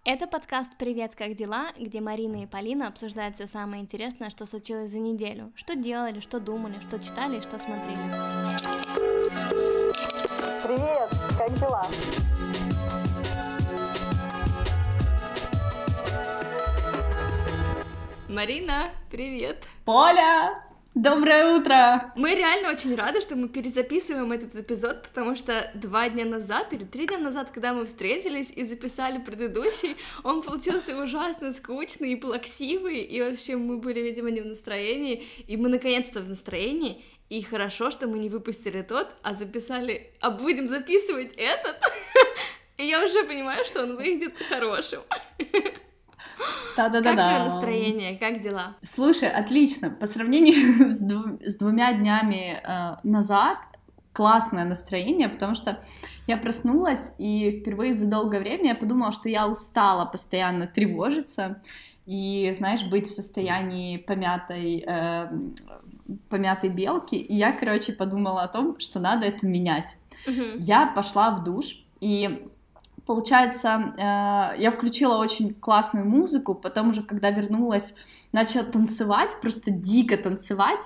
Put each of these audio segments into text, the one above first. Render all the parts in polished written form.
Это подкаст «Привет, как дела?», где Марина и Полина обсуждают все самое интересное, что случилось за неделю. Что делали, что думали, что читали и что смотрели. Привет, как дела? Марина, привет! Поля! Доброе утро! Мы реально очень рады, что мы перезаписываем этот эпизод, потому что 2 дня назад или 3 дня назад, когда мы встретились и записали предыдущий, он получился ужасно скучный и плаксивый, и вообще мы были, видимо, не в настроении, и мы наконец-то в настроении, и хорошо, что мы не выпустили тот, а записали, а будем записывать этот, и я уже понимаю, что он выйдет хорошим. Да-да-да. Как твое настроение, как дела? Слушай, отлично. По сравнению с 2 днями назад, классное настроение, потому что я проснулась, и впервые за долгое время я подумала, что я устала постоянно тревожиться и, знаешь, быть в состоянии помятой белки. И я, короче, подумала о том, что надо это менять. Я пошла в душ, и получается, я включила очень классную музыку, потом уже, когда вернулась, начала танцевать, просто дико танцевать,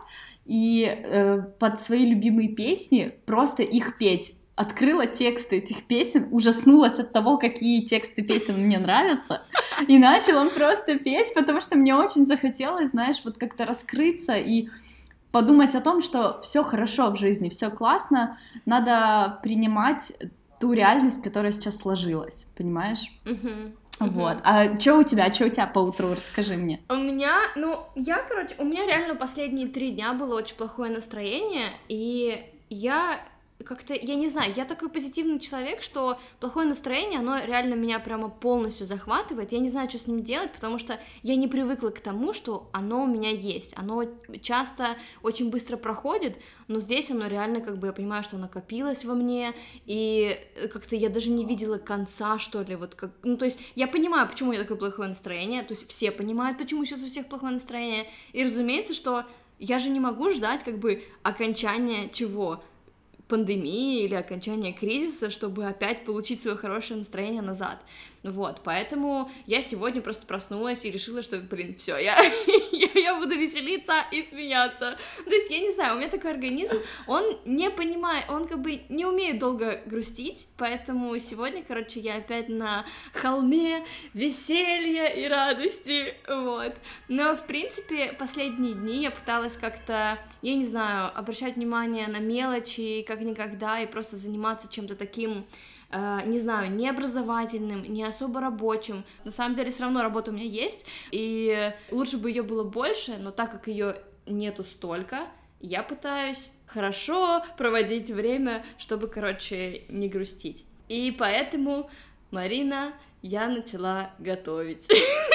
и под свои любимые песни просто их петь. Открыла тексты этих песен, ужаснулась от того, какие тексты песен мне нравятся, и начала просто петь, потому что мне очень захотелось, знаешь, вот как-то раскрыться и подумать о том, что все хорошо в жизни, все классно, надо принимать ту реальность, которая сейчас сложилась, понимаешь? Вот. А что у тебя по утру? Расскажи мне. У меня, у меня реально последние 3 дня было очень плохое настроение, и я не знаю, я такой позитивный человек, что плохое настроение, оно реально меня прямо полностью захватывает, я не знаю, что с ним делать, потому что я не привыкла к тому, что оно у меня есть, оно часто очень быстро проходит, но здесь оно реально, я понимаю, что накопилось во мне, и как-то я даже не видела конца, что ли, то есть я понимаю, почему у меня такое плохое настроение, то есть все понимают, почему сейчас у всех плохое настроение, и разумеется, что я же не могу ждать, окончания чего, пандемии или окончания кризиса, чтобы опять получить свое хорошее настроение назад. Вот, поэтому я сегодня просто проснулась и решила, что, все, я буду веселиться и смеяться. То есть, я не знаю, у меня такой организм, он не понимает, он не умеет долго грустить, поэтому сегодня, я опять на холме веселья и радости, вот. Но, в принципе, последние дни я пыталась как-то, я не знаю, обращать внимание на мелочи, как никогда, и просто заниматься чем-то таким, не знаю, не образовательным, не особо рабочим. На самом деле, все равно работа у меня есть, и лучше бы ее было больше, но так как ее нету столько, я пытаюсь хорошо проводить время, чтобы, не грустить. И поэтому, Марина, я начала готовить.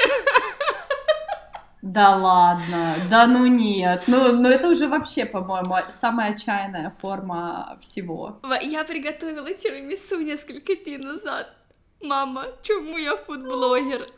Да ладно, да ну нет, ну это уже вообще, по-моему, самая отчаянная форма всего. Я приготовила тирамису несколько дней назад. Мама, чему я фудблогер?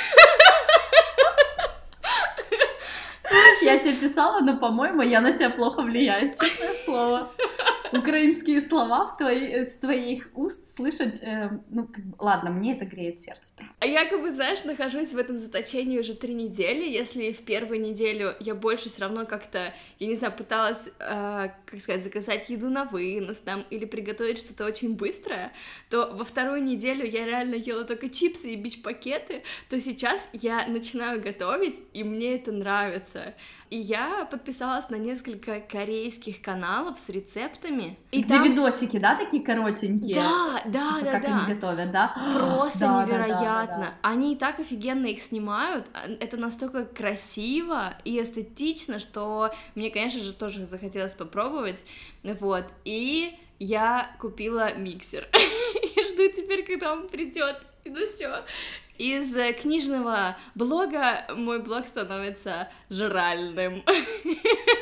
Я тебе писала, но, по-моему, я на тебя плохо влияю, честное слово. Украинские слова с твоих уст слышать, ладно, мне это греет сердце. А я, знаешь, нахожусь в этом заточении уже 3 недели, если в первую неделю я больше все равно как-то, я не знаю, пыталась, заказать еду на вынос там, или приготовить что-то очень быстрое, то во 2-ю неделю я реально ела только чипсы и бич-пакеты, то сейчас я начинаю готовить, и мне это нравится. И я подписалась на несколько корейских каналов с рецептами. И где видосики, да, такие коротенькие? Да. Как они готовят, да? Просто невероятно. Они и так офигенно их снимают. Это настолько красиво и эстетично, что мне, конечно же, тоже захотелось попробовать. Вот. И я купила миксер. Я жду теперь, когда он придет. И все. Из книжного блога мой блог становится жральным.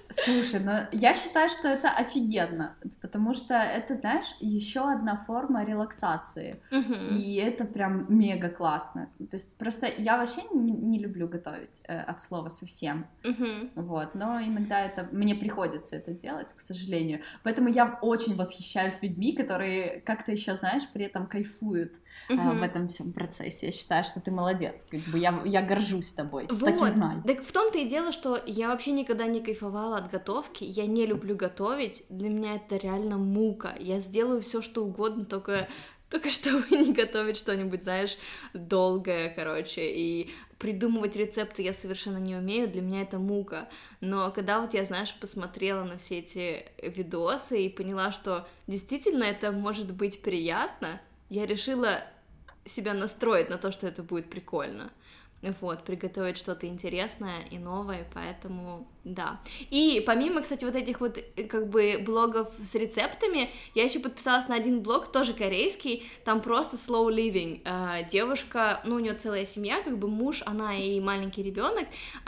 Слушай, ну я считаю, что это офигенно, потому что это, знаешь, еще одна форма релаксации, и это прям мега классно. То есть просто я вообще не люблю готовить от слова совсем, вот, но иногда это мне приходится это делать, к сожалению. Поэтому я очень восхищаюсь людьми, которые как-то еще, знаешь, при этом кайфуют в этом всем процессе. Я считаю, что ты молодец, как бы я горжусь тобой, вот. Так и знай. Так в том-то и дело, что я вообще никогда не кайфовала от готовки, я не люблю готовить, для меня это реально мука, я сделаю все что угодно, только чтобы не готовить что-нибудь, знаешь, долгое, короче, и придумывать рецепты я совершенно не умею, для меня это мука, но когда вот я, знаешь, посмотрела на все эти видосы и поняла, что действительно это может быть приятно, я решила себя настроить на то, что это будет прикольно. Вот, приготовить что-то интересное и новое, поэтому, да. И помимо, кстати, вот этих вот, как бы, блогов с рецептами, я еще подписалась на один блог, тоже корейский, там просто slow living, девушка, ну, у нее целая семья, как бы муж, она и маленький ребенок,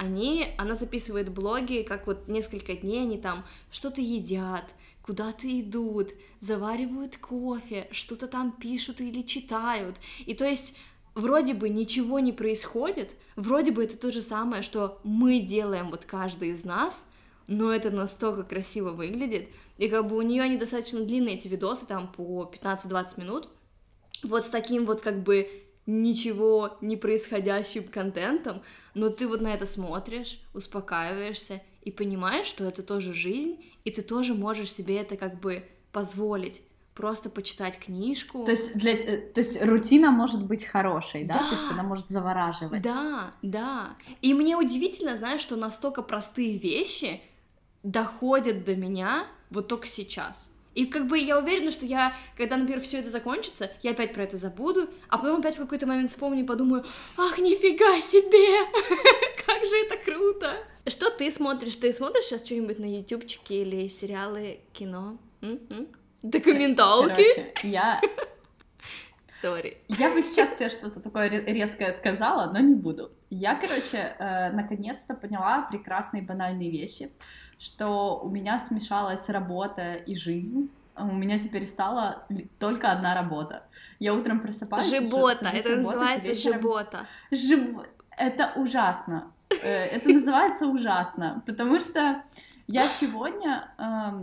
она записывает блоги, как вот несколько дней они там что-то едят, куда-то идут, заваривают кофе, что-то там пишут или читают, и то есть вроде бы ничего не происходит, вроде бы это то же самое, что мы делаем вот каждый из нас, но это настолько красиво выглядит, и как бы у нее они достаточно длинные, эти видосы, там по 15-20 минут, вот с таким вот как бы ничего не происходящим контентом, но ты вот на это смотришь, успокаиваешься и понимаешь, что это тоже жизнь, и ты тоже можешь себе это как бы позволить. Просто почитать книжку. То есть рутина может быть хорошей, да? То есть она может завораживать. Да. И мне удивительно, знаешь, что настолько простые вещи доходят до меня вот только сейчас. И как бы я уверена, что я, когда, например, все это закончится, я опять про это забуду, а потом опять в какой-то момент вспомню и подумаю: ах, нифига себе! Как же это круто! Что ты смотришь? Ты смотришь сейчас что-нибудь на ютубчике или сериалы, кино? Документалки? Короче, Sorry. Я бы сейчас тебе что-то такое резкое сказала, но не буду. Я, короче, наконец-то поняла прекрасные банальные вещи, что у меня смешалась работа и жизнь. У меня теперь стала только одна работа. Я утром просыпаюсь... Жибота, это называется жибота. Это ужасно. Это называется ужасно, потому что я сегодня...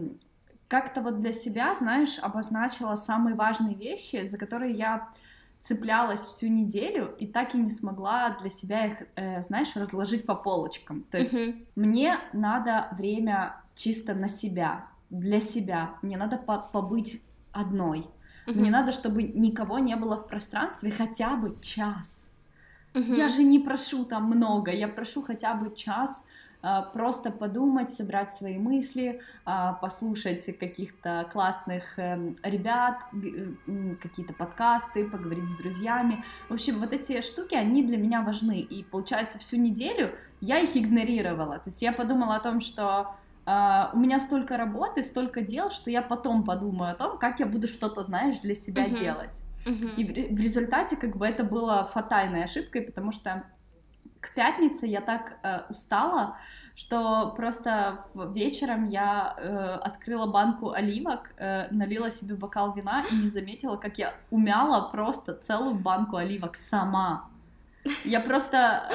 как-то вот для себя, знаешь, обозначила самые важные вещи, за которые я цеплялась всю неделю и так и не смогла для себя их, знаешь, разложить по полочкам. То есть мне надо время чисто на себя, для себя. Мне надо побыть одной. Мне надо, чтобы никого не было в пространстве хотя бы час. Я же не прошу там много, я прошу хотя бы час, просто подумать, собрать свои мысли, послушать каких-то классных ребят, какие-то подкасты, поговорить с друзьями. В общем, вот эти штуки, они для меня важны. И, получается, всю неделю я их игнорировала. То есть я подумала о том, что у меня столько работы, столько дел, что я потом подумаю о том, как я буду что-то, знаешь, для себя делать. И в результате как бы это было фатальной ошибкой, потому что к пятнице я так устала, что просто вечером я открыла банку оливок, налила себе бокал вина и не заметила, как я умяла просто целую банку оливок сама. Я просто,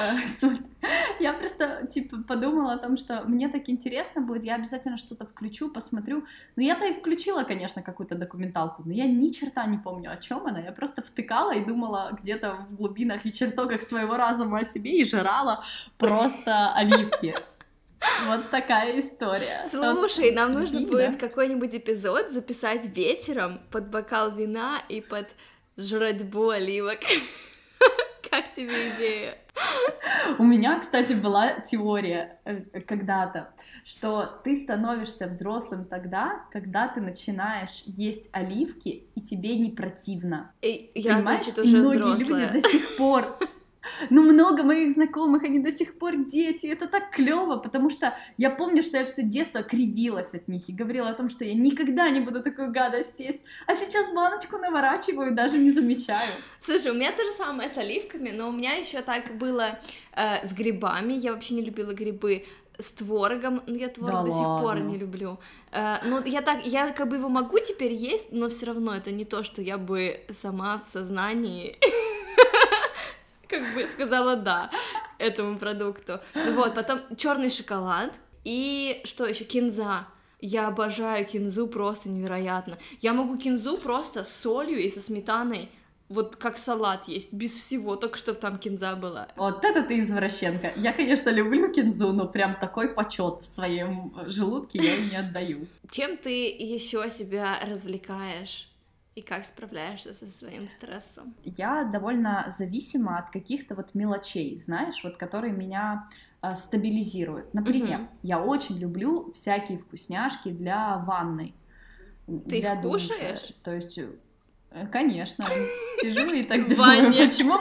типа, подумала о том, что мне так интересно будет, я обязательно что-то включу, посмотрю. Ну, я-то и включила, конечно, какую-то документалку, но я ни черта не помню, о чем она. Я просто втыкала и думала где-то в глубинах и чертогах своего разума о себе и жрала просто оливки. Вот такая история. Слушай, нам нужно будет какой-нибудь эпизод записать вечером под бокал вина и под жратьбу оливок. Как тебе идея? У меня, кстати, была теория когда-то, что ты становишься взрослым тогда, когда ты начинаешь есть оливки, и тебе не противно. Я, понимаешь? Значит, уже и многие взрослая. люди до сих пор... Ну, много моих знакомых, они до сих пор дети, это так клево, потому что я помню, что я все детство кривилась от них и говорила о том, что я никогда не буду такую гадость есть, а сейчас баночку наворачиваю, даже не замечаю. Слушай, у меня то же самое с оливками, но у меня еще так было с грибами, я вообще не любила грибы, с творогом, но я творог Да до сих пор ладно? не люблю. Ну, я как бы его могу теперь есть, но все равно это не то, что я бы сама в сознании как бы сказала да этому продукту. Вот, потом черный шоколад и что еще? Кинза. Я обожаю кинзу просто невероятно. Я могу кинзу просто с солью и со сметаной, вот как салат есть, без всего, только чтобы там кинза была. Вот это ты извращенка. Я, конечно, люблю кинзу, но прям такой почет в своем желудке я ей не отдаю. Чем ты еще себя развлекаешь? И как справляешься со своим стрессом? Я довольно зависима от каких-то вот мелочей, знаешь, вот которые меня стабилизируют. Например, я очень люблю всякие вкусняшки для ванной. Ты для их кушаешь? душа. То есть, конечно, сижу и так В думаю, ванне. почему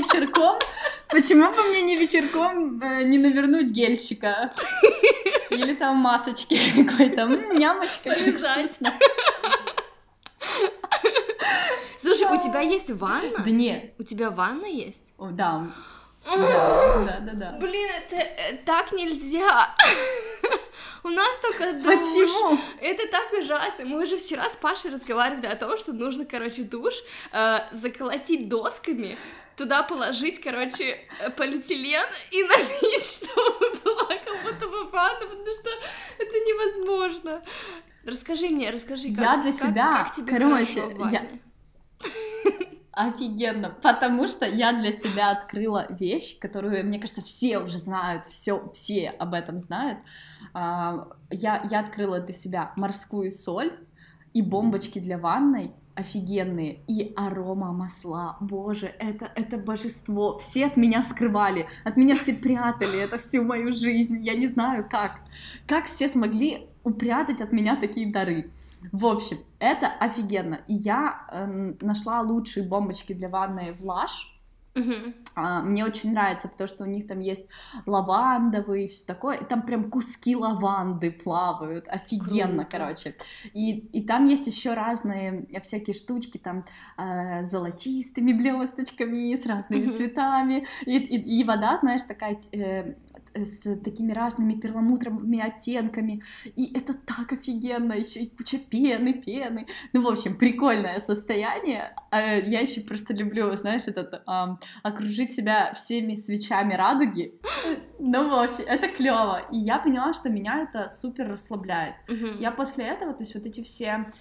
бы мне не вечерком не навернуть гельчика? Или там масочки какой-то, нямочка, как Полезать. вкусно. Слушай, у тебя есть ванна? Да нет, У тебя ванна есть? да, да. Блин, это так нельзя. У нас только душ. Почему? Это так ужасно. Мы уже вчера с Пашей разговаривали о том, что нужно, короче, душ заколотить досками, туда положить, короче, полиэтилен и налить, чтобы была как будто бы ванна, потому что это невозможно. Расскажи, Я для себя, как тебе короче, хорошо в ванне? Офигенно, потому что я для себя открыла вещь, которую, мне кажется, все уже знают, все об этом знают. Я открыла для себя морскую соль и бомбочки для ванной офигенные, и арома масла, боже, это божество, все от меня скрывали, от меня все прятали это всю мою жизнь, я не знаю как все смогли упрятать от меня такие дары. В общем, это офигенно. И я нашла лучшие бомбочки для ванны в Lush. Мне очень нравится, потому что у них там есть лавандовый и все такое, и там прям куски лаванды плавают, офигенно, Круто. короче. И там есть еще разные всякие штучки, там золотистыми блесточками, с разными цветами, и вода, знаешь, такая с такими разными перламутровыми оттенками, и это так офигенно, еще и куча пены, ну, в общем, прикольное состояние. Я еще просто люблю, знаешь, окружить себя всеми свечами радуги, ну, в общем, это клево, и я поняла, что меня это супер расслабляет. Я после этого, то есть вот эти все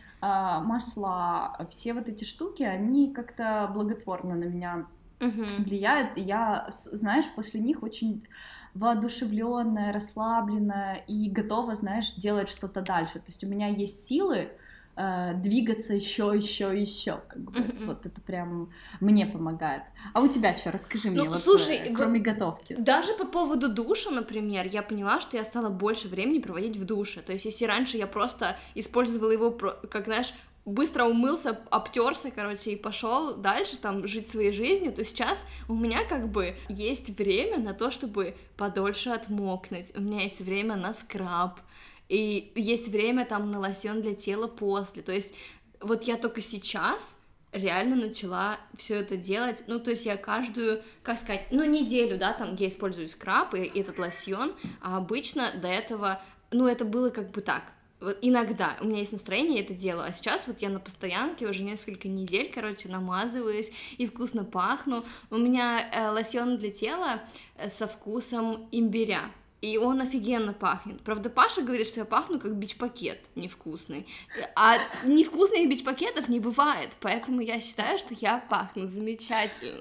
масла, все вот эти штуки, они как-то благотворно на меня влияют, и я, знаешь, после них очень воодушевленная, расслабленная и готова, знаешь, делать что-то дальше. То есть у меня есть силы двигаться еще, как бы вот это прям мне помогает. А у тебя что? Расскажи мне, вот, слушай, кроме готовки. Даже по поводу душа, например, я поняла, что я стала больше времени проводить в душе. То есть если раньше я просто использовала его, как, знаешь, быстро умылся, обтерся, короче, и пошел дальше там жить своей жизнью, то сейчас у меня как бы есть время на то, чтобы подольше отмокнуть, у меня есть время на скраб, и есть время там на лосьон для тела после, то есть вот я только сейчас реально начала все это делать, ну, то есть я каждую, как сказать, ну, неделю, да, там я использую скраб и этот лосьон, а обычно до этого, ну, это было как бы так. Вот иногда у меня есть настроение, я это делаю, а сейчас вот я на постоянке уже несколько недель, короче, намазываюсь и вкусно пахну. У меня лосьон для тела со вкусом имбиря, и он офигенно пахнет. Правда, Паша говорит, что я пахну как бич-пакет невкусный, а невкусных бич-пакетов не бывает, поэтому я считаю, что я пахну замечательно.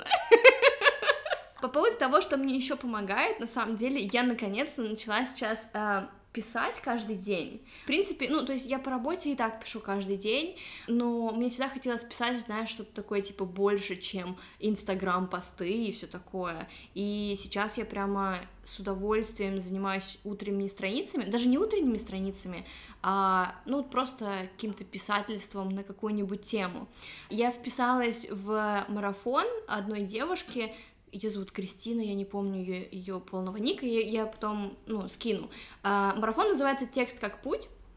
По поводу того, что мне еще помогает, на самом деле, я наконец-то начала сейчас писать каждый день. В принципе, ну, то есть я по работе и так пишу каждый день, но мне всегда хотелось писать, знаешь, что-то такое, типа, больше, чем Инстаграм-посты и все такое. И сейчас я прямо с удовольствием занимаюсь утренними страницами, даже не утренними страницами, а, ну, просто каким-то писательством на какую-нибудь тему. Я вписалась в марафон одной девушки, ее зовут Кристина, я не помню ее полного ника, я потом, ну, скину. Марафон называется «Текст как путь».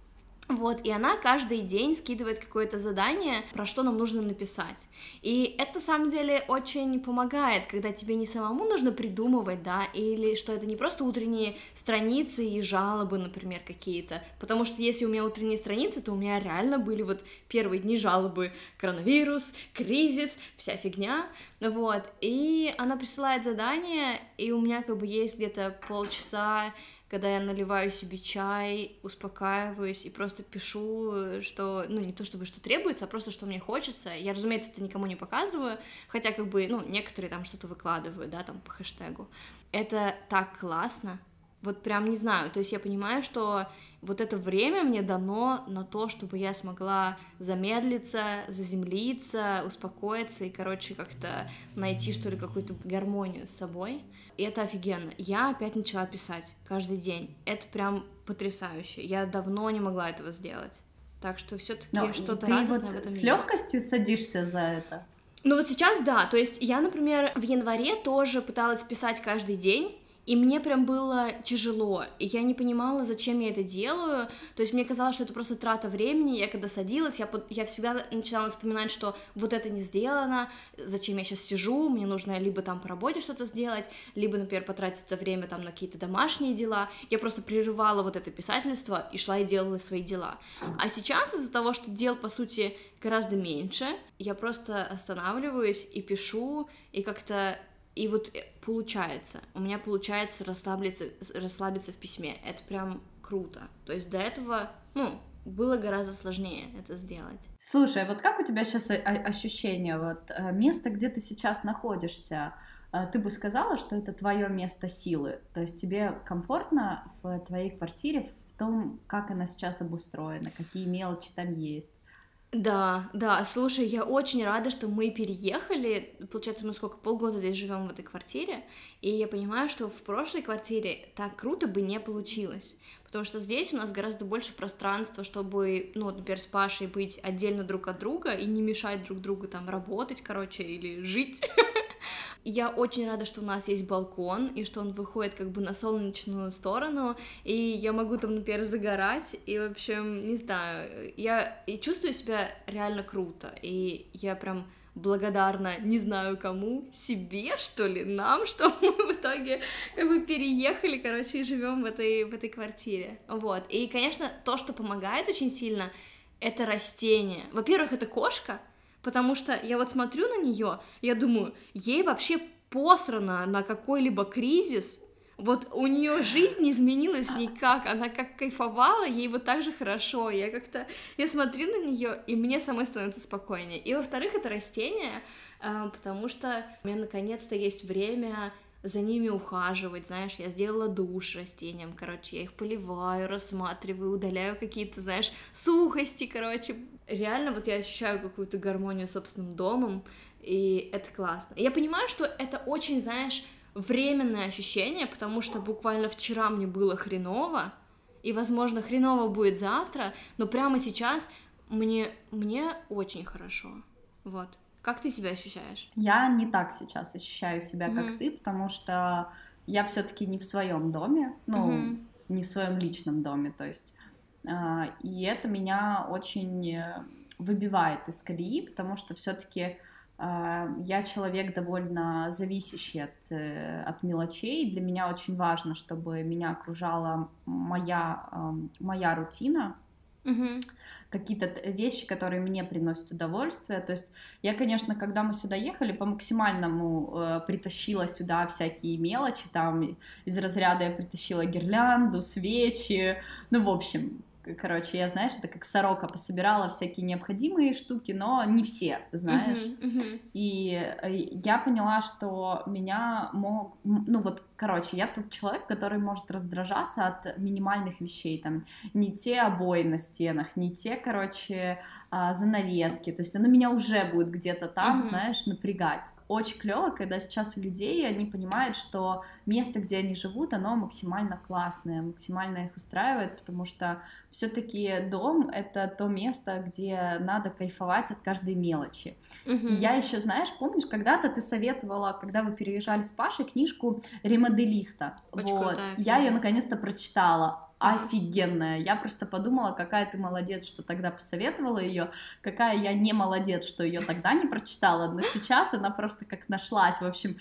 Вот, и она каждый день скидывает какое-то задание, про что нам нужно написать. И это, на самом деле, очень помогает, когда тебе не самому нужно придумывать, да, или что это не просто утренние страницы и жалобы, например, какие-то, потому что если у меня утренние страницы, то у меня реально были вот первые дни жалобы: коронавирус, кризис, вся фигня, вот, и она присылает задание, и у меня как бы есть где-то полчаса, когда я наливаю себе чай, успокаиваюсь и просто пишу, что, ну, не то чтобы что требуется, а просто что мне хочется. Я, разумеется, это никому не показываю, хотя, как бы, ну, некоторые там что-то выкладывают, да, там, по хэштегу. Это так классно, вот прям не знаю, то есть я понимаю, что вот это время мне дано на то, чтобы я смогла замедлиться, заземлиться, успокоиться и, короче, как-то найти, что ли, какую-то гармонию с собой. И это офигенно. Я опять начала писать каждый день. Это прям потрясающе. Я давно не могла этого сделать. Так что все-таки что-то радостное вот в этом с есть. легкостью садишься за это? Ну вот сейчас да. То есть я, например, в январе тоже пыталась писать каждый день. И мне прям было тяжело, и я не понимала, зачем я это делаю, то есть мне казалось, что это просто трата времени. Я когда садилась, я всегда начинала вспоминать, что вот это не сделано, зачем я сейчас сижу, мне нужно либо там по работе что-то сделать, либо, например, потратить это время там на какие-то домашние дела. Я просто прерывала вот это писательство и шла и делала свои дела. А сейчас из-за того, что дел, по сути, гораздо меньше, я просто останавливаюсь и пишу, и как-то... И вот получается, у меня получается расслабиться в письме, это прям круто, то есть до этого, ну, было гораздо сложнее это сделать. Слушай, вот как у тебя сейчас ощущение, вот место, где ты сейчас находишься, ты бы сказала, что это твое место силы, то есть тебе комфортно в твоей квартире, в том, как она сейчас обустроена, какие мелочи там есть? Да, слушай, я очень рада, что мы переехали, получается, мы сколько, полгода здесь живем в этой квартире, и я понимаю, что в прошлой квартире так круто бы не получилось, потому что здесь у нас гораздо больше пространства, чтобы, ну, например, с Пашей быть отдельно друг от друга и не мешать друг другу там работать, короче, или жить. Я очень рада, что у нас есть балкон, и что он выходит как бы на солнечную сторону, и я могу там, например, загорать, и, в общем, не знаю, я и чувствую себя реально круто, и я прям благодарна, не знаю кому, себе, что ли, нам, что мы в итоге как бы переехали, короче, и живем в этой квартире, вот, и, конечно, то, что помогает очень сильно, это растение. Во-первых, это кошка, потому что я вот смотрю на нее, я думаю, ей вообще посрано на какой-либо кризис, вот у нее жизнь не изменилась никак, она как кайфовала, ей вот так же хорошо, я смотрю на нее, и мне самой становится спокойнее. И во-вторых, это растения, потому что у меня наконец-то есть время за ними ухаживать, знаешь, я сделала душ растениям, короче, я их поливаю, рассматриваю, удаляю какие-то, знаешь, сухости, короче, реально вот я ощущаю какую-то гармонию с собственным домом, и это классно. Я понимаю, что это очень, знаешь, временное ощущение, потому что буквально вчера мне было хреново, и, возможно, хреново будет завтра, но прямо сейчас мне очень хорошо, вот. Как ты себя ощущаешь? Я не так сейчас ощущаю себя, как ты, потому что я все-таки не в своем доме, ну, не в своем личном доме, то есть, и это меня очень выбивает из колеи, потому что все-таки я человек довольно зависящий от мелочей, для меня очень важно, чтобы меня окружала моя рутина, какие-то вещи, которые мне приносят удовольствие. То есть я, конечно, когда мы сюда ехали, по максимальному притащила сюда всякие мелочи, там из разряда я притащила гирлянду, свечи, ну, в общем, короче, я, знаешь, это как сорока пособирала всякие необходимые штуки, но не все, знаешь. И я поняла, что ну вот, короче, я тот человек, который может раздражаться от минимальных вещей, там, не те обои на стенах, не те, короче, занавески, то есть оно меня уже будет где-то там, знаешь, напрягать. Очень клево, когда сейчас у людей они понимают, что место, где они живут, оно максимально классное, максимально их устраивает, потому что все-таки дом — это то место, где надо кайфовать от каждой мелочи. И я еще, знаешь, помнишь, когда-то ты советовала, когда вы переезжали с Пашей, книжку «Ремоделиста». Очень вот. крутая книга. Я ее наконец-то прочитала. офигенная. Я просто подумала, какая ты молодец, что тогда посоветовала ее, какая я не молодец, что ее тогда не прочитала, но сейчас она просто как нашлась. В общем,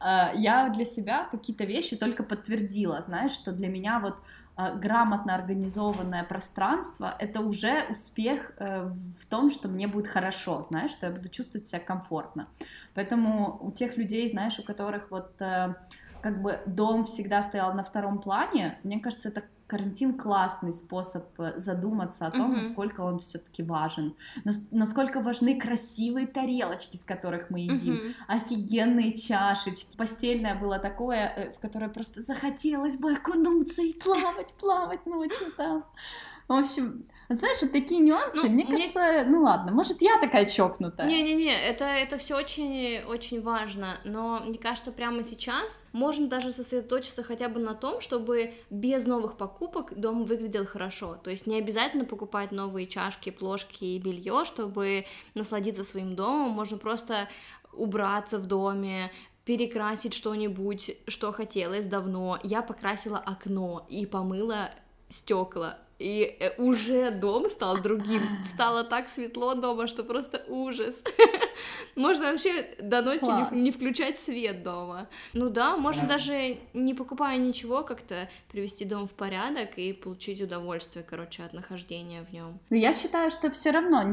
я для себя какие-то вещи только подтвердила, знаешь, что для меня вот грамотно организованное пространство — это уже успех в том, что мне будет хорошо, знаешь, что я буду чувствовать себя комфортно. Поэтому у тех людей, знаешь, у которых вот как бы дом всегда стоял на втором плане, мне кажется, это карантин классный способ задуматься о том, насколько он все-таки важен, насколько важны красивые тарелочки, с которых мы едим, офигенные чашечки. Постельное было такое, в которое просто захотелось бы окунуться и плавать ночью там. В общем, знаешь, вот такие нюансы, мне кажется, ну ладно, может, я такая чокнутая. Не-не-не, это все очень важно, но мне кажется, прямо сейчас можно даже сосредоточиться хотя бы на том, чтобы без новых покупок дом выглядел хорошо, то есть не обязательно покупать новые чашки, плошки и белье, чтобы насладиться своим домом, можно просто убраться в доме, перекрасить что-нибудь, что хотелось давно. Я покрасила окно и помыла стекла. И уже дом стал другим, стало так светло дома, что просто ужас. Можно вообще до ночи не включать свет дома. Ну да, можно даже не покупая ничего, как-то привести дом в порядок и получить удовольствие, короче, от нахождения в нем. Но я считаю, что все равно,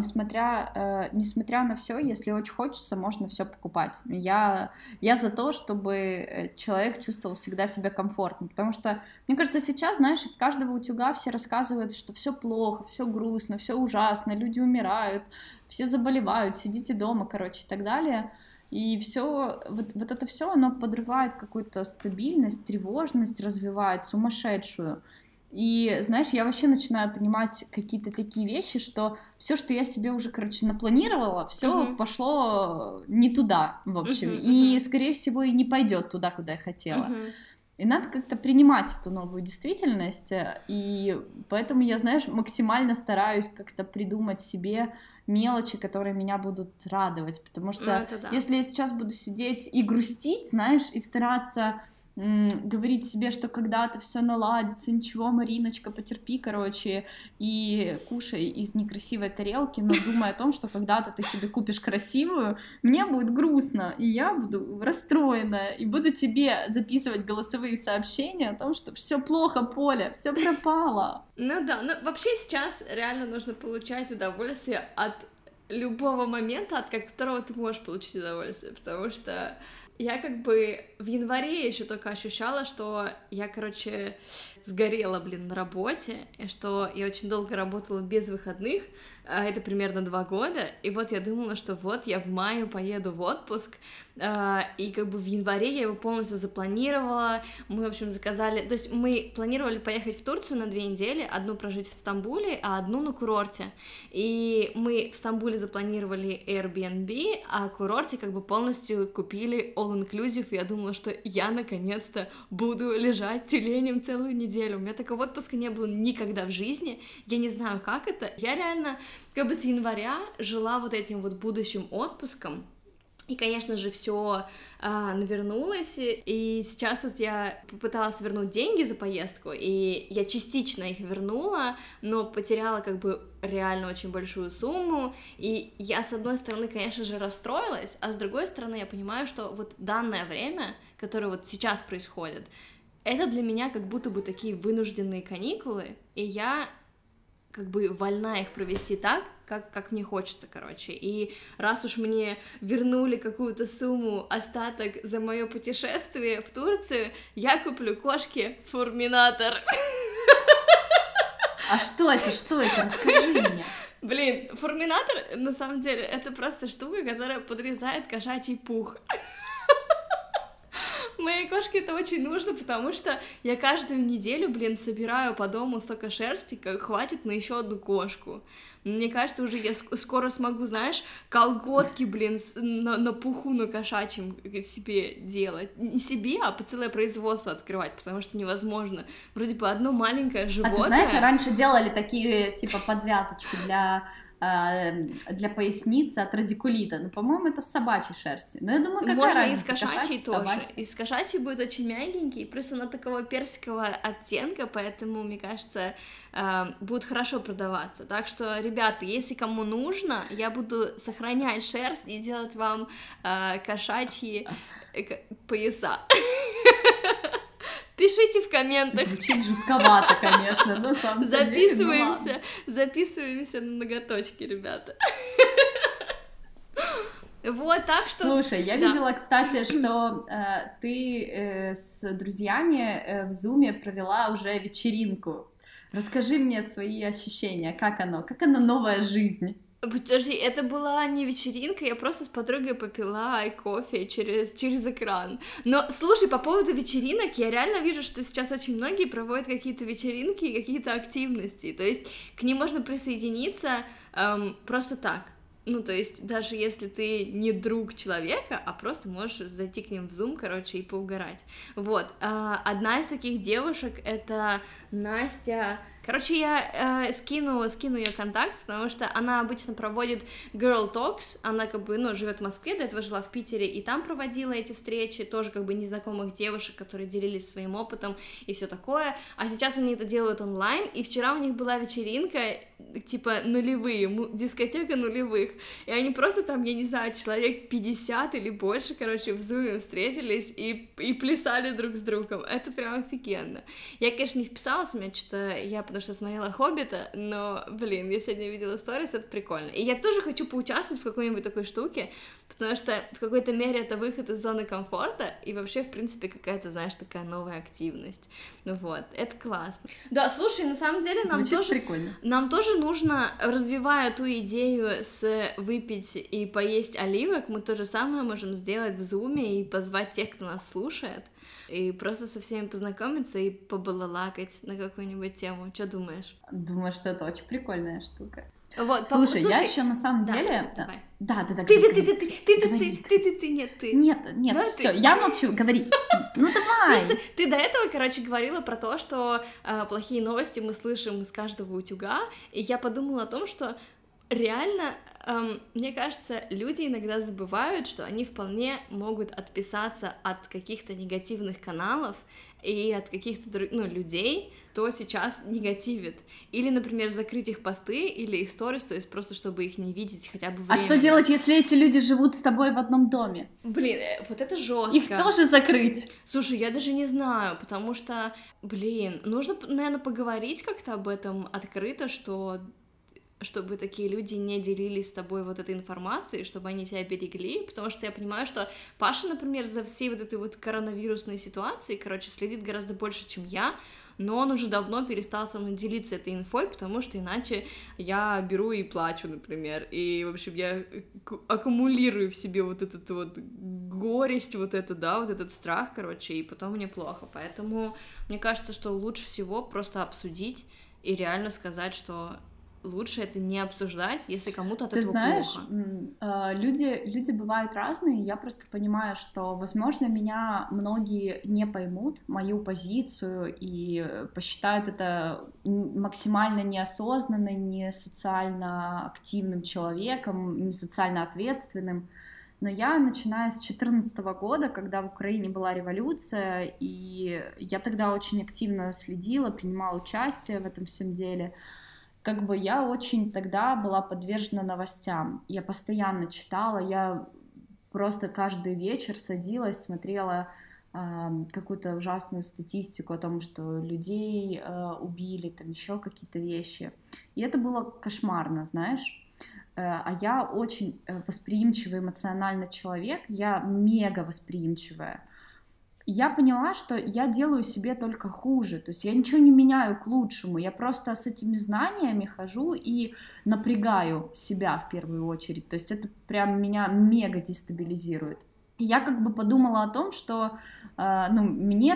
несмотря на все, если очень хочется, можно все покупать. Я за то, чтобы человек чувствовал всегда себя комфортно, потому что, мне кажется, сейчас, знаешь, из каждого утюга все рассказывают, что все плохо, все грустно, все ужасно, люди умирают, все заболевают, сидите дома, короче, и так далее. И все, вот это все, оно подрывает какую-то стабильность, тревожность, развивает сумасшедшую. И, знаешь, я вообще начинаю понимать какие-то такие вещи, что все, что я себе уже, короче, напланировала, все пошло не туда, в общем, и, скорее всего, и не пойдет туда, куда я хотела. И надо как-то принимать эту новую действительность, и поэтому я, знаешь, максимально стараюсь как-то придумать себе мелочи, которые меня будут радовать, потому что если я сейчас буду сидеть и грустить, знаешь, и стараться говорить себе, что когда-то все наладится, ничего, Мариночка, потерпи, короче, и кушай из некрасивой тарелки, но думай о том, что когда-то ты себе купишь красивую, мне будет грустно, и я буду расстроена, и буду тебе записывать голосовые сообщения о том, что все плохо, Поля, все пропало. Ну да, но вообще сейчас реально нужно получать удовольствие от любого момента, от которого ты можешь получить удовольствие, потому что я как бы в январе еще только ощущала, что я, короче, сгорела, на работе, и что я очень долго работала без выходных, это примерно 2 года, и вот я думала, что вот я в мае поеду в отпуск, и как бы в январе я его полностью запланировала, мы, в общем, заказали, то есть мы планировали поехать в Турцию на 2 недели, одну прожить в Стамбуле, а одну на курорте, и мы в Стамбуле запланировали Airbnb, а в курорте как бы полностью купили all-inclusive, и я думала, что я наконец-то буду лежать тюленем целую неделю, у меня такого отпуска не было никогда в жизни, я не знаю, как это, я реально как бы с января жила вот этим вот будущим отпуском, и, конечно же, все навернулось, и сейчас вот я попыталась вернуть деньги за поездку, и я частично их вернула, но потеряла как бы реально очень большую сумму, и я, с одной стороны, конечно же, расстроилась, а с другой стороны, я понимаю, что вот данное время, которое вот сейчас происходит, это для меня как будто бы такие вынужденные каникулы, и я как бы вольна их провести так, как мне хочется, короче. И раз уж мне вернули какую-то сумму, остаток за мое путешествие в Турцию, я куплю кошке фурминатор. А что это? Расскажи мне. Блин, фурминатор, на самом деле, это просто штука, которая подрезает кошачий пух. Моей кошке это очень нужно, потому что я каждую неделю, собираю по дому столько шерсти, как хватит на еще одну кошку. Мне кажется, уже я скоро смогу, знаешь, колготки, на пуху, на кошачьем себе делать. Не себе, а по целое производство открывать, потому что невозможно. Вроде бы одно маленькое животное. А ты знаешь, раньше делали такие, типа, подвязочки для для поясницы от радикулита. Ну, по-моему, это с собачьей шерсти. Но я думаю, какая можно разница, из кошачьей тоже. собачьей. Из кошачьей будет очень мягенький, плюс она такого персикового оттенка, поэтому, мне кажется, будет хорошо продаваться. Так что, ребята, если кому нужно, я буду сохранять шерсть и делать вам кошачьи пояса. Пишите в комментах. Звучит жутковато, конечно, на самом деле. Записываемся на ноготочки, ребята. Вот, так что... Слушай, я видела, кстати, что ты с друзьями в Зуме провела уже вечеринку. Расскажи мне свои ощущения, как оно новая жизнь? Подожди, это была не вечеринка, я просто с подругой попила кофе через экран. Но, слушай, по поводу вечеринок, я реально вижу, что сейчас очень многие проводят какие-то вечеринки и какие-то активности, то есть к ним можно присоединиться просто так. Ну, то есть, даже если ты не друг человека, а просто можешь зайти к ним в Zoom, короче, и поугарать. Вот, одна из таких девушек — это Настя. Короче, я скину ее контакт, потому что она обычно проводит Girl Talks, она как бы, ну, живет в Москве, до этого жила в Питере, и там проводила эти встречи, тоже как бы незнакомых девушек, которые делились своим опытом и все такое, а сейчас они это делают онлайн, и вчера у них была вечеринка, типа нулевые, дискотека нулевых, и они просто там, я не знаю, человек 50 или больше, короче, в зуме встретились и плясали друг с другом, это прям офигенно. Я, конечно, не вписалась, у меня что-то, потому что смотрела «Хоббита», но, блин, я сегодня видела сторис, это прикольно. И я тоже хочу поучаствовать в какой-нибудь такой штуке, потому что в какой-то мере это выход из зоны комфорта, и вообще, в принципе, какая-то, знаешь, такая новая активность. Ну вот, это классно. Да, слушай, на самом деле нам тоже нужно, развивая ту идею с выпить и поесть оливок, мы то же самое можем сделать в Зуме и позвать тех, кто нас слушает, и просто со всеми познакомиться и побалалакать на какую-нибудь тему. Что думаешь? Думаю, что это очень прикольная штука. Вот, слушай, я еще на самом деле... Давай. Да. Ты. Нет, все, я молчу, говори. Ну давай. Просто ты до этого, короче, говорила про то, что плохие новости мы слышим из каждого утюга, и я подумала о том, что реально, мне кажется, люди иногда забывают, что они вполне могут отписаться от каких-то негативных каналов и от каких-то, людей, кто сейчас негативит. Или, например, закрыть их посты или их сторис, то есть просто чтобы их не видеть хотя бы временно. А что делать, если эти люди живут с тобой в одном доме? Блин, вот это жестко. Их тоже закрыть? Слушай, я даже не знаю, потому что, нужно, наверное, поговорить как-то об этом открыто, чтобы такие люди не делились с тобой вот этой информацией, чтобы они тебя берегли, потому что я понимаю, что Паша, например, за всей вот этой вот коронавирусной ситуацией, короче, следит гораздо больше, чем я, но он уже давно перестал со мной делиться этой инфой, потому что иначе я беру и плачу, например, и, в общем, я аккумулирую в себе вот эту вот горесть, вот этот страх, короче, и потом мне плохо, поэтому мне кажется, что лучше всего просто обсудить и реально сказать, что лучше это не обсуждать, если кому-то от этого плохо. Ты знаешь, люди бывают разные, я просто понимаю, что, возможно, меня многие не поймут, мою позицию, и посчитают это максимально неосознанным, не социально активным человеком, не социально ответственным. Но я, начиная с 2014 года, когда в Украине была революция, и я тогда очень активно следила, принимала участие в этом всем деле, как бы я очень тогда была подвержена новостям. Я постоянно читала, я просто каждый вечер садилась, смотрела какую-то ужасную статистику о том, что людей убили, там еще какие-то вещи. И это было кошмарно, знаешь. А я очень восприимчивый эмоционально человек, я мега восприимчивая. Я поняла, что я делаю себе только хуже, то есть я ничего не меняю к лучшему, я просто с этими знаниями хожу и напрягаю себя в первую очередь, то есть это прям меня мега дестабилизирует. И я как бы подумала о том, что мне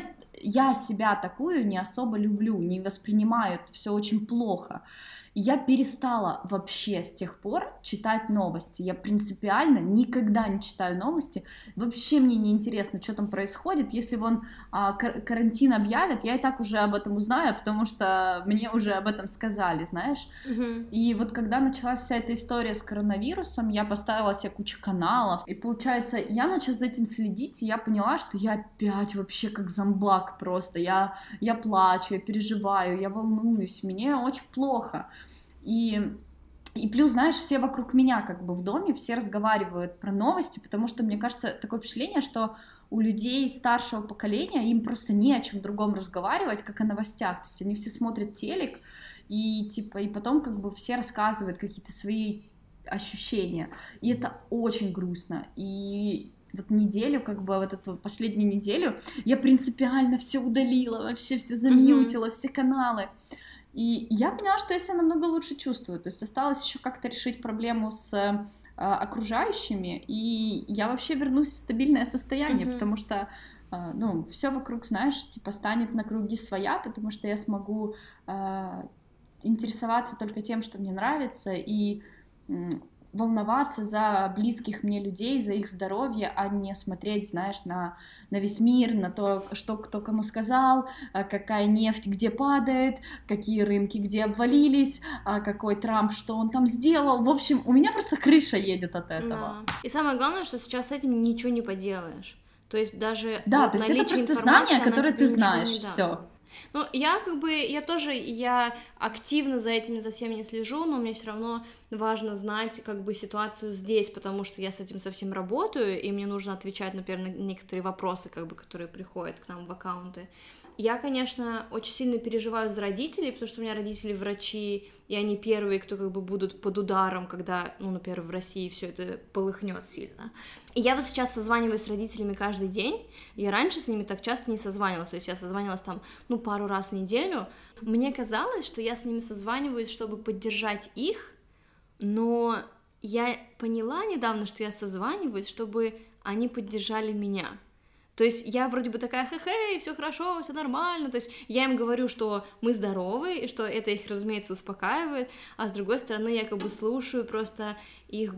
я себя такую не особо люблю, не воспринимаю, это все очень плохо. Я перестала вообще с тех пор читать новости. Я принципиально никогда не читаю новости. Вообще мне не интересно, что там происходит. Если вон карантин объявят, я и так уже об этом узнаю, потому что мне уже об этом сказали, знаешь. И вот когда началась вся эта история с коронавирусом, я поставила себе кучу каналов. И получается, я начала за этим следить, и я поняла, что я опять вообще как зомбак просто. Я плачу, я переживаю, я волнуюсь, мне очень плохо. И плюс, знаешь, все вокруг меня как бы в доме, все разговаривают про новости, потому что, мне кажется, такое впечатление, что у людей старшего поколения им просто не о чем другом разговаривать, как о новостях. То есть они все смотрят телек, и типа, и потом как бы все рассказывают какие-то свои ощущения. И это очень грустно. И вот неделю, как бы вот эту последнюю неделю, я принципиально все удалила, вообще все замьютила, все каналы. И я поняла, что я себя намного лучше чувствую. То есть осталось еще как-то решить проблему с окружающими, и я вообще вернусь в стабильное состояние, потому что, ну, все вокруг, знаешь, типа станет на круги своя, потому что я смогу интересоваться только тем, что мне нравится, и волноваться за близких мне людей, за их здоровье, а не смотреть, знаешь, на весь мир, на то, что кто кому сказал, какая нефть где падает, какие рынки где обвалились, какой Трамп, что он там сделал. В общем, у меня просто крыша едет от этого. Да. И самое главное, что сейчас с этим ничего не поделаешь. То есть даже да, то есть это просто знание, которое ты знаешь, все. Ну, я активно за этим, за всем не слежу, но мне все равно важно знать, как бы, ситуацию здесь, потому что я с этим совсем работаю, и мне нужно отвечать, например, на некоторые вопросы, как бы, которые приходят к нам в аккаунты. Я, конечно, очень сильно переживаю за родителей, потому что у меня родители врачи, и они первые, кто как бы будут под ударом, когда, ну, например, в России все это полыхнет сильно. И я вот сейчас созваниваюсь с родителями каждый день, я раньше с ними так часто не созванивалась, то есть я созванивалась там, ну, пару раз в неделю. Мне казалось, что я с ними созваниваюсь, чтобы поддержать их, но я поняла недавно, что я созваниваюсь, чтобы они поддержали меня. То есть я вроде бы такая, хе-хей, все хорошо, все нормально, то есть я им говорю, что мы здоровы, и что это их, разумеется, успокаивает, а с другой стороны я как бы слушаю просто их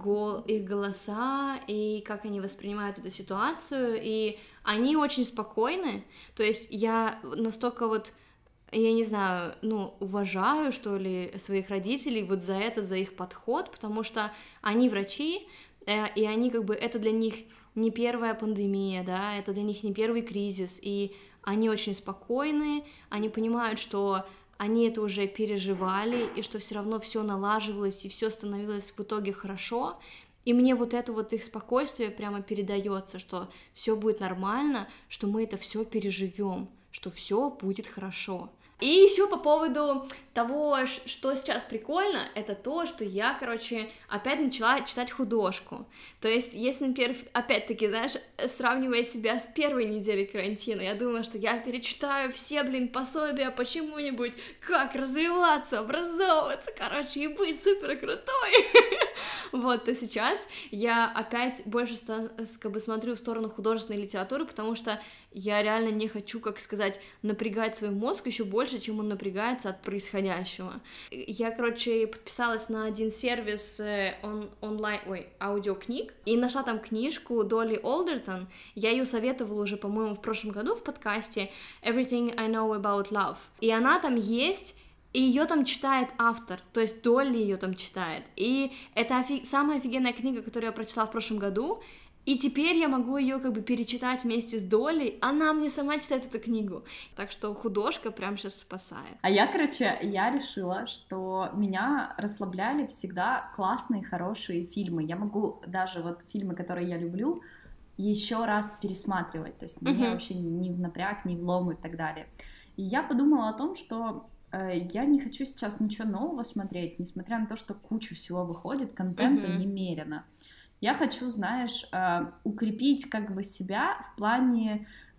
голоса, и как они воспринимают эту ситуацию, и они очень спокойны, то есть я настолько вот, я не знаю, ну, уважаю, что ли, своих родителей вот за их подход, потому что они врачи, и они как бы, это для них не первая пандемия, да, это для них не первый кризис, и они очень спокойны, они понимают, что они это уже переживали, и что все равно все налаживалось, и все становилось в итоге хорошо, и мне вот это вот их спокойствие прямо передается, что все будет нормально, что мы это все переживем, что все будет хорошо. И еще по поводу того, что сейчас прикольно, это то, что я, короче, опять начала читать художку. То есть, если, например, опять-таки, знаешь, сравнивая себя с первой неделей карантина, я думала, что я перечитаю все, пособия по чему-нибудь, как развиваться, образовываться, короче, и быть супер крутой. Вот, то сейчас я опять больше как бы смотрю в сторону художественной литературы, потому что я реально не хочу, как сказать, напрягать свой мозг еще больше, чем он напрягается от происходящего. Я, короче, подписалась на один сервис аудиокниг, и нашла там книжку Долли Олдертон. Я ее советовала уже, по-моему, в прошлом году в подкасте Everything I Know About Love. И она там есть, и ее там читает автор, то есть Долли ее там читает. И это самая офигенная книга, которую я прочла в прошлом году. И теперь я могу ее как бы перечитать вместе с Долей, она мне сама читает эту книгу. Так что художка прям сейчас спасает. А я решила, что меня расслабляли всегда классные, хорошие фильмы. Я могу даже вот фильмы, которые я люблю, еще раз пересматривать. То есть мне вообще ни в напряг, ни в лом и так далее. И я подумала о том, что я не хочу сейчас ничего нового смотреть, несмотря на то, что куча всего выходит, контента немерено. Я хочу, знаешь, укрепить как бы себя в плане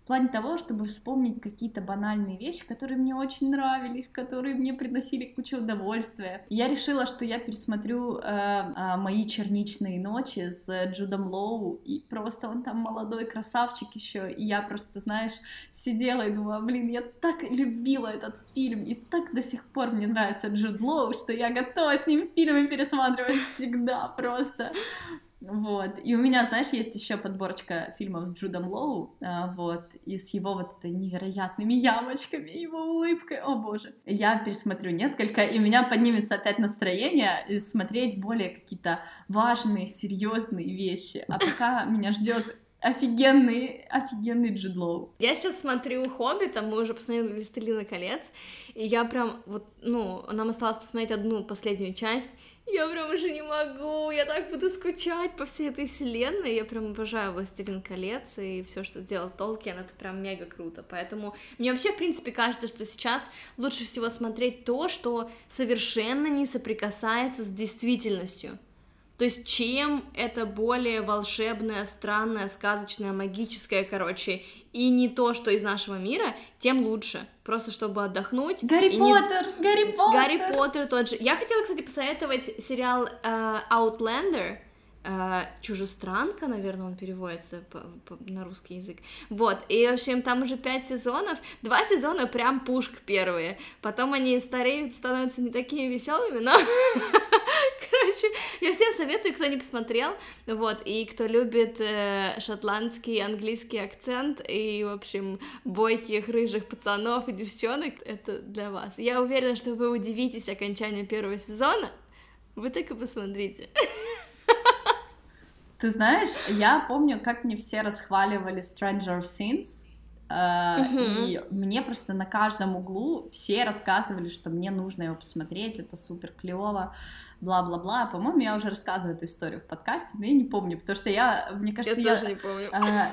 в плане того, чтобы вспомнить какие-то банальные вещи, которые мне очень нравились, которые мне приносили кучу удовольствия. И я решила, что я пересмотрю «Мои черничные ночи» с Джудом Лоу, и просто он там молодой красавчик еще, и я просто, знаешь, сидела и думала, блин, я так любила этот фильм, и так до сих пор мне нравится Джуд Лоу, что я готова с ним фильмы пересматривать всегда просто. Вот, и у меня, знаешь, есть еще подборочка фильмов с Джудом Лоу, вот, и с его вот этой невероятными ямочками, его улыбкой, о боже. Я пересмотрю несколько, и у меня поднимется опять настроение смотреть более какие-то важные, серьезные вещи, а пока меня ждет офигенный Джуд Лоу. Я сейчас смотрю «Хоббита», мы уже посмотрели «Властелина колец», и я прям, вот, ну, нам осталось посмотреть одну последнюю часть, я прям уже не могу, я так буду скучать по всей этой вселенной, я прям обожаю «Властелин колец», и все, что сделал Толкин, это прям мега круто, поэтому мне вообще, в принципе, кажется, что сейчас лучше всего смотреть то, что совершенно не соприкасается с действительностью. То есть чем это более волшебное, странное, сказочное, магическое, короче, и не то, что из нашего мира, тем лучше. Просто чтобы отдохнуть. Гарри Поттер тот же. Я хотела, кстати, посоветовать сериал Outlander. Чужестранка, наверное, он переводится на русский язык. Вот, и, в общем, там уже 5 сезонов. 2 сезона прям пушка первые. Потом они стареют, становятся не такими веселыми, но... Короче, я всем советую, кто не посмотрел, вот, и кто любит шотландский, английский акцент, и, в общем, бойких рыжих пацанов и девчонок, это для вас. Я уверена, что вы удивитесь окончанию первого сезона, вы так и посмотрите. Ты знаешь, я помню, как мне все расхваливали Stranger Things, и мне просто на каждом углу все рассказывали, что мне нужно его посмотреть, это супер клево, бла-бла-бла. По-моему, я уже рассказывала эту историю в подкасте, но я не помню, потому что мне кажется, я тоже не помню.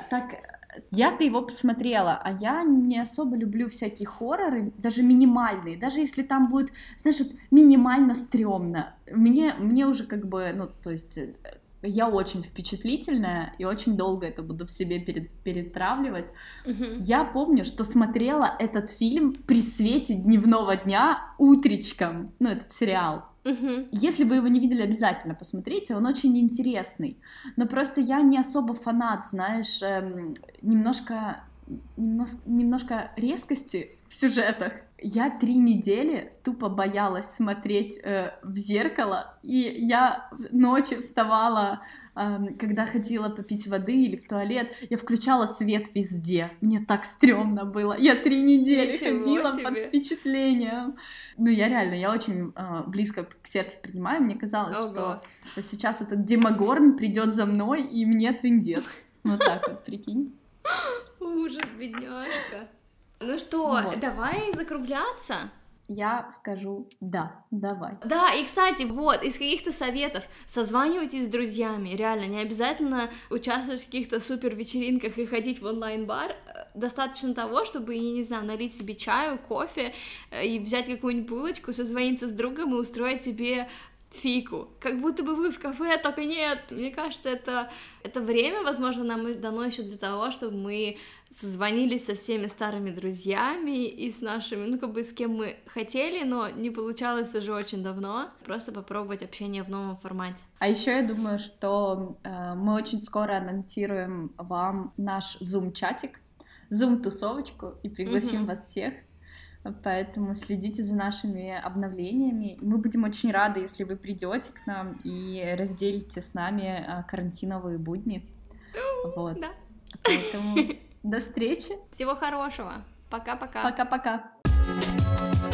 Я-то его посмотрела, а я не особо люблю всякие хорроры, даже минимальные, даже если там будет, знаешь, вот минимально стрёмно. Мне уже как бы, ну, то есть... Я очень впечатлительная и очень долго это буду в себе перетравливать. Я помню, что смотрела этот фильм при свете дневного дня утречком, ну, этот сериал. Если вы его не видели, обязательно посмотрите, он очень интересный. Но просто я не особо фанат, знаешь, немножко резкости в сюжетах. Я 3 недели тупо боялась смотреть в зеркало, и я ночью вставала, когда хотела попить воды или в туалет, я включала свет везде, мне так стрёмно было, я 3 недели ходила под впечатлением. Ну, я очень близко к сердцу принимаю, мне казалось, что сейчас этот Демогорн придет за мной, и мне трындец. Вот так вот, прикинь. Ужас, бедняжка. Ну что, давай закругляться? Я скажу да, давай. Да, и, кстати, вот, из каких-то советов, созванивайтесь с друзьями, реально, не обязательно участвовать в каких-то супер вечеринках и ходить в онлайн-бар, достаточно того, чтобы, я не знаю, налить себе чаю, кофе и взять какую-нибудь булочку, созвониться с другом и устроить себе фику, как будто бы вы в кафе, только нет. Мне кажется, это время, возможно, нам дано еще для того, чтобы мы созвонились со всеми старыми друзьями и с нашими, ну, как бы с кем мы хотели, но не получалось уже очень давно. Просто попробовать общение в новом формате. А еще я думаю, что мы очень скоро анонсируем вам наш Zoom-чатик, Zoom-тусовочку и пригласим вас всех. Поэтому следите за нашими обновлениями. И мы будем очень рады, если вы придете к нам и разделите с нами карантиновые будни. Вот. Да. Поэтому до встречи. Всего хорошего. Пока-пока. Пока-пока.